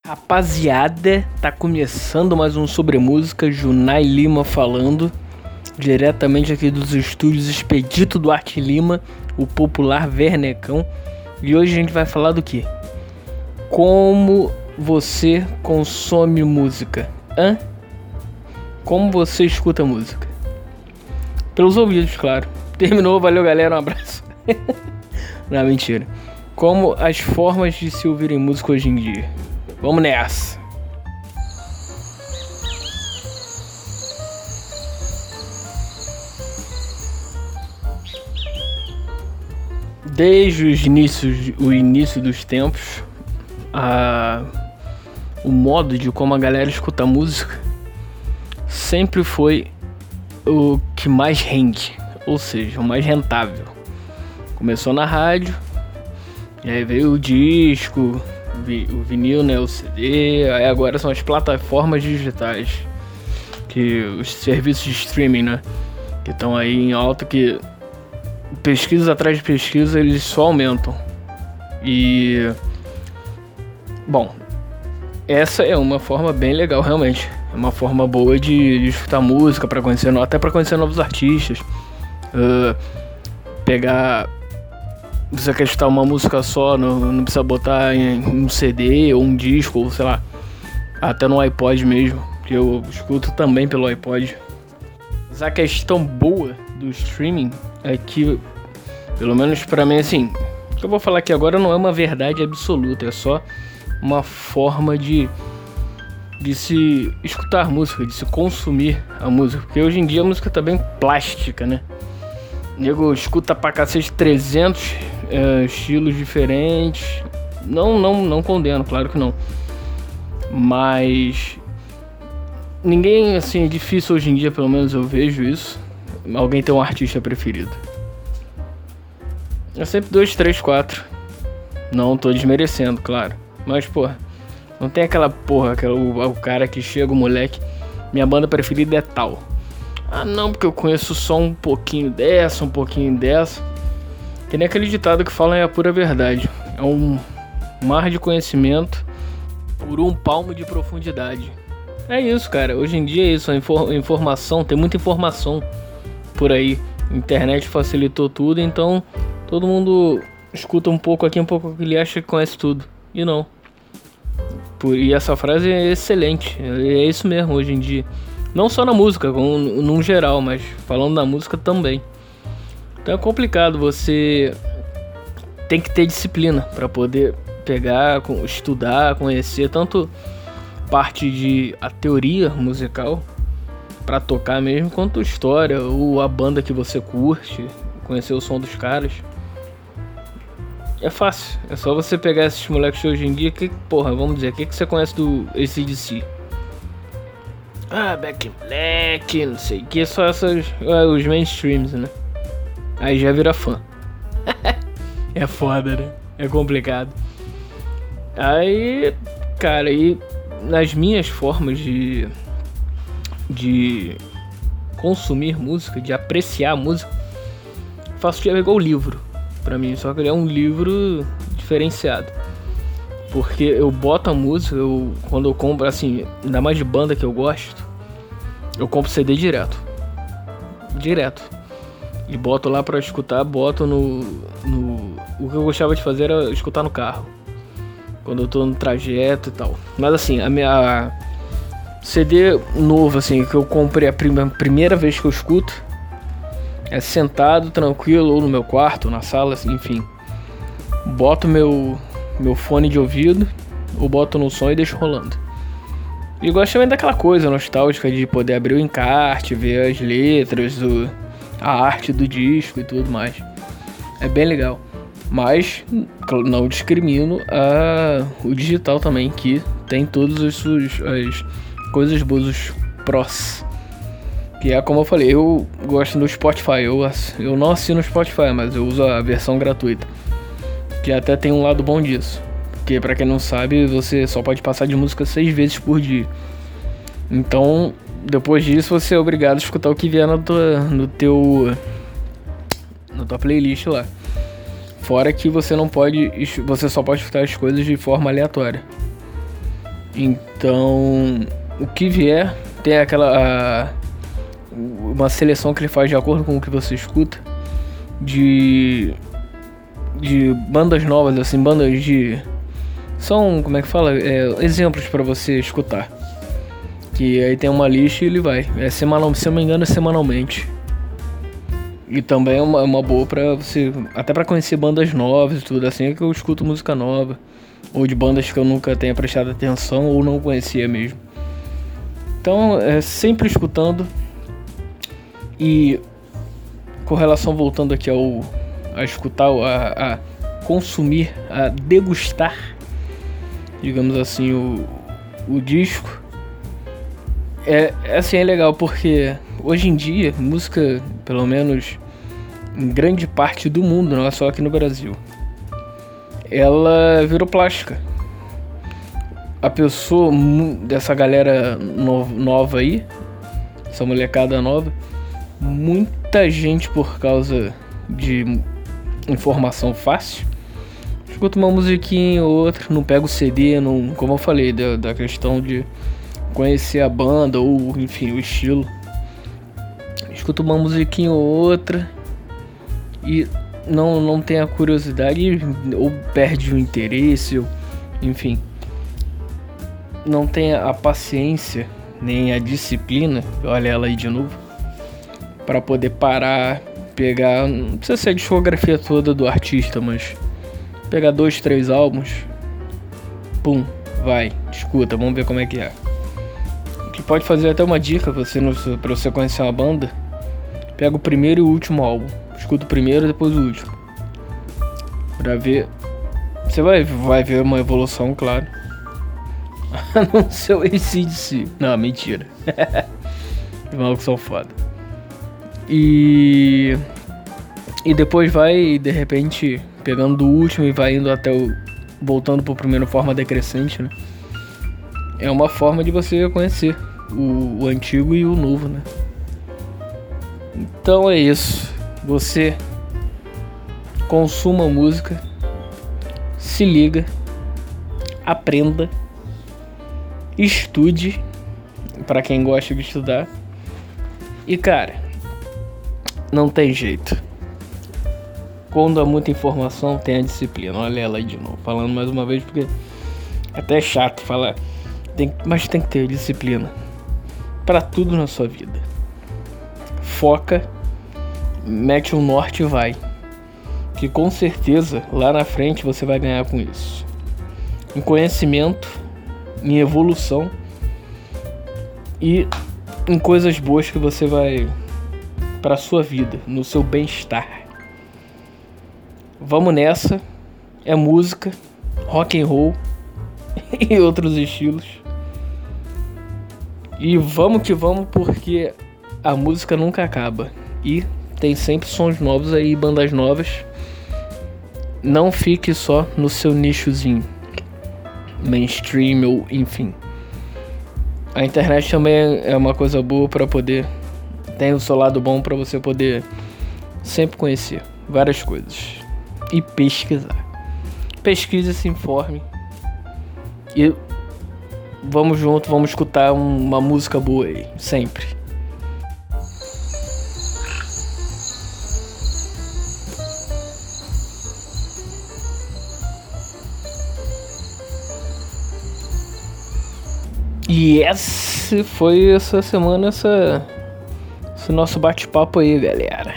Rapaziada, tá começando mais um Sobre Música, Junai Lima falando, diretamente aqui dos estúdios Expedito Duarte Lima, o popular Vernecão. E hoje a gente vai falar do quê? Como você consome música? Como você escuta música? Pelos ouvidos, claro. Terminou, valeu galera, um abraço. Não, mentira. Como as formas de se ouvirem música hoje em dia? Vamos nessa! Desde o início dos tempos, o modo de como a galera escuta música sempre foi o que mais rende, ou seja, o mais rentável. Começou na rádio, e aí veio o disco, o vinil, né, o CD, aí agora são as plataformas digitais, que os serviços de streaming, né, que estão aí em alta, que pesquisa atrás de pesquisa eles só aumentam. E bom, essa é uma forma bem legal, realmente. É uma forma boa de escutar música, para conhecer, até para conhecer novos artistas. Pegar, você quer escutar uma música só, não precisa botar em um CD ou um disco, ou sei lá, até no iPod mesmo, que eu escuto também pelo iPod. Mas a questão boa do streaming é que, pelo menos pra mim, assim, o que eu vou falar aqui agora não é uma verdade absoluta, é só uma forma de se escutar música, de se consumir a música, porque hoje em dia a música tá bem plástica, né? O nego escuta pra cacete 300 estilos diferentes. Não condeno, claro que não. Mas ninguém, assim, é difícil hoje em dia, pelo menos eu vejo isso, alguém tem um artista preferido. É sempre 2, 3, 4. Não tô desmerecendo, claro. Mas, porra, não tem aquela porra, o cara que chega, o moleque, minha banda preferida é tal. Ah não, porque eu conheço só um pouquinho dessa, um pouquinho dessa. Que nem aquele ditado que fala é a pura verdade. É um mar de conhecimento por um palmo de profundidade. É isso, cara. Hoje em dia é isso. A informação, tem muita informação por aí. A internet facilitou tudo, então todo mundo escuta um pouco aqui, um pouco aqui, ele acha que conhece tudo. E não. E essa frase é excelente. É isso mesmo hoje em dia. Não só na música, como num geral, mas falando da música também. Então é complicado, você tem que ter disciplina para poder pegar, estudar, conhecer tanto parte de a teoria musical para tocar mesmo, quanto história ou a banda que você curte, conhecer o som dos caras. É fácil, é só você pegar esses moleques de hoje em dia, vamos dizer, o que você conhece do AC/DC? Back in Black, não sei o que, só os mainstreams, né? Aí já vira fã. É foda, né? É complicado. Aí, cara, e nas minhas formas de consumir música, de apreciar música, faço igual o livro, pra mim, só que ele é um livro diferenciado. Porque eu boto a música, quando eu compro, assim, ainda mais de banda que eu gosto, eu compro CD direto. E boto lá pra escutar, boto o que eu gostava de fazer era escutar no carro, quando eu tô no trajeto e tal. Mas assim, a minha CD novo, assim, que eu comprei a primeira vez que eu escuto, é sentado, tranquilo, ou no meu quarto, ou na sala, assim, enfim. Boto meu fone de ouvido, ou boto no som e deixo rolando. E gosto também daquela coisa nostálgica de poder abrir o encarte, ver as letras, a arte do disco e tudo mais. É bem legal. Mas não discrimino o digital também, que tem todas as coisas boas, os prós. Que é como eu falei, eu gosto do Spotify. Eu não assino o Spotify, mas eu uso a versão gratuita, que até tem um lado bom disso. Porque pra quem não sabe, você só pode passar de música 6 vezes por dia. Então, depois disso, você é obrigado a escutar o que vier na tua playlist lá. Fora que você só pode escutar as coisas de forma aleatória. Então, o que vier, tem uma seleção que ele faz de acordo com o que você escuta, de bandas novas, assim, bandas de... São, como é que fala? Exemplos pra você escutar. Que aí tem uma lista e ele vai. Se eu não me engano, é semanalmente. E também é uma boa pra você... Até pra conhecer bandas novas e tudo assim, é que eu escuto música nova. Ou de bandas que eu nunca tenha prestado atenção ou não conhecia mesmo. Então, sempre escutando. E com relação, voltando aqui a escutar, a consumir, a degustar, digamos assim, o disco. Assim, é legal porque hoje em dia, música, pelo menos em grande parte do mundo, não é só aqui no Brasil, ela virou plástica. A pessoa dessa galera nova aí, essa molecada nova, muita gente, por causa de informação fácil, escuta uma musiquinha ou outra, não pega o CD, não, como eu falei, da questão de conhecer a banda ou enfim o estilo, escuta uma musiquinha ou outra e não tem a curiosidade, ou perde o interesse, ou, enfim, não tem a paciência nem a disciplina, olha ela aí de novo, para poder parar, pegar, não precisa ser a discografia toda do artista, mas pegar 2, 3 álbuns, pum, vai, escuta, vamos ver como é que é. Que pode fazer até uma dica pra você conhecer uma banda. Pega o primeiro e o último álbum, escuta o primeiro e depois o último, pra ver. Você vai ver uma evolução, claro. A não ser o AC/DC. Não, mentira. Os malucos são foda. E depois vai, de repente, pegando do último e vai indo até voltando pro primeiro, forma decrescente, né? É uma forma de você conhecer o antigo e o novo, né? Então é isso. Você consuma música, se liga, aprenda, estude, pra quem gosta de estudar. E cara, não tem jeito. Quando há muita informação, tem a disciplina. Olha ela aí de novo, falando mais uma vez, porque até é chato falar. Mas tem que ter disciplina pra tudo na sua vida. Foca, mete um norte e vai. Que com certeza lá na frente você vai ganhar com isso. Em conhecimento, em evolução e em coisas boas que você vai pra sua vida, no seu bem-estar. Vamos nessa. É música, rock and roll e outros estilos. E vamos que vamos, porque a música nunca acaba. E tem sempre sons novos aí, bandas novas. Não fique só no seu nichozinho, mainstream ou enfim. A internet também é uma coisa boa para poder... Tem o seu lado bom para você poder sempre conhecer várias coisas. E pesquisar. Pesquise, se informe. E vamos junto, vamos escutar uma música boa aí, sempre. E essa foi essa semana, esse nosso bate-papo aí, galera.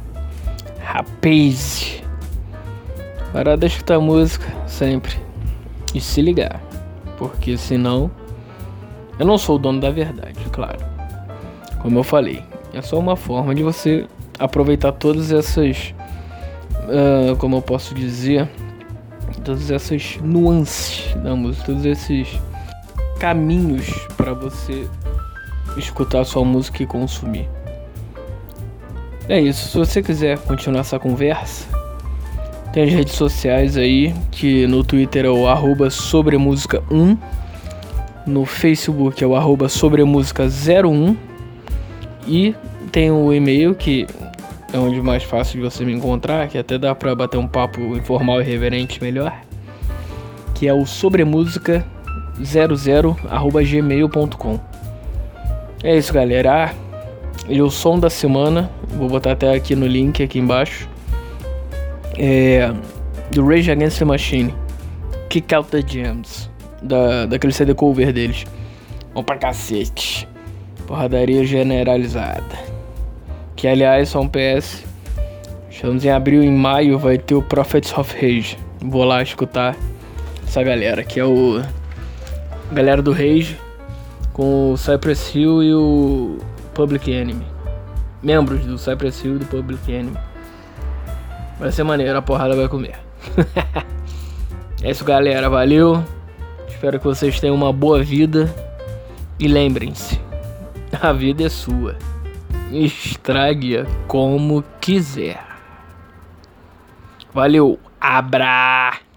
Rapaz, parar de escutar música sempre e se ligar, porque senão eu não sou o dono da verdade, claro. Como eu falei, é só uma forma de você aproveitar todas essas, como eu posso dizer, todas essas nuances da música, todos esses caminhos para você escutar sua música e consumir. É isso. Se você quiser continuar essa conversa, tem as redes sociais aí, que no Twitter é o @sobremusica1, no Facebook é o @sobremusica01 e tem o e-mail, que é onde mais fácil de você me encontrar, que até dá pra bater um papo informal e reverente melhor, que é o sobremusica gmail.com. É isso, galera. E o som da semana, vou botar até aqui no link aqui embaixo, é do Rage Against the Machine, Kick Out the Jams, daquele CD cover deles. Bom pra cacete. Porradaria generalizada. Que aliás, só um PS, estamos em abril, em maio vai ter o Prophets of Rage. Vou lá escutar essa galera, que é o galera do Rage com o Cypress Hill e o Public Enemy. Membros do Cypress Hill e do Public Enemy. Vai ser maneiro, a porrada vai comer. É isso, galera, valeu. Espero que vocês tenham uma boa vida. E lembrem-se, a vida é sua. Estrague-a como quiser. Valeu, abra!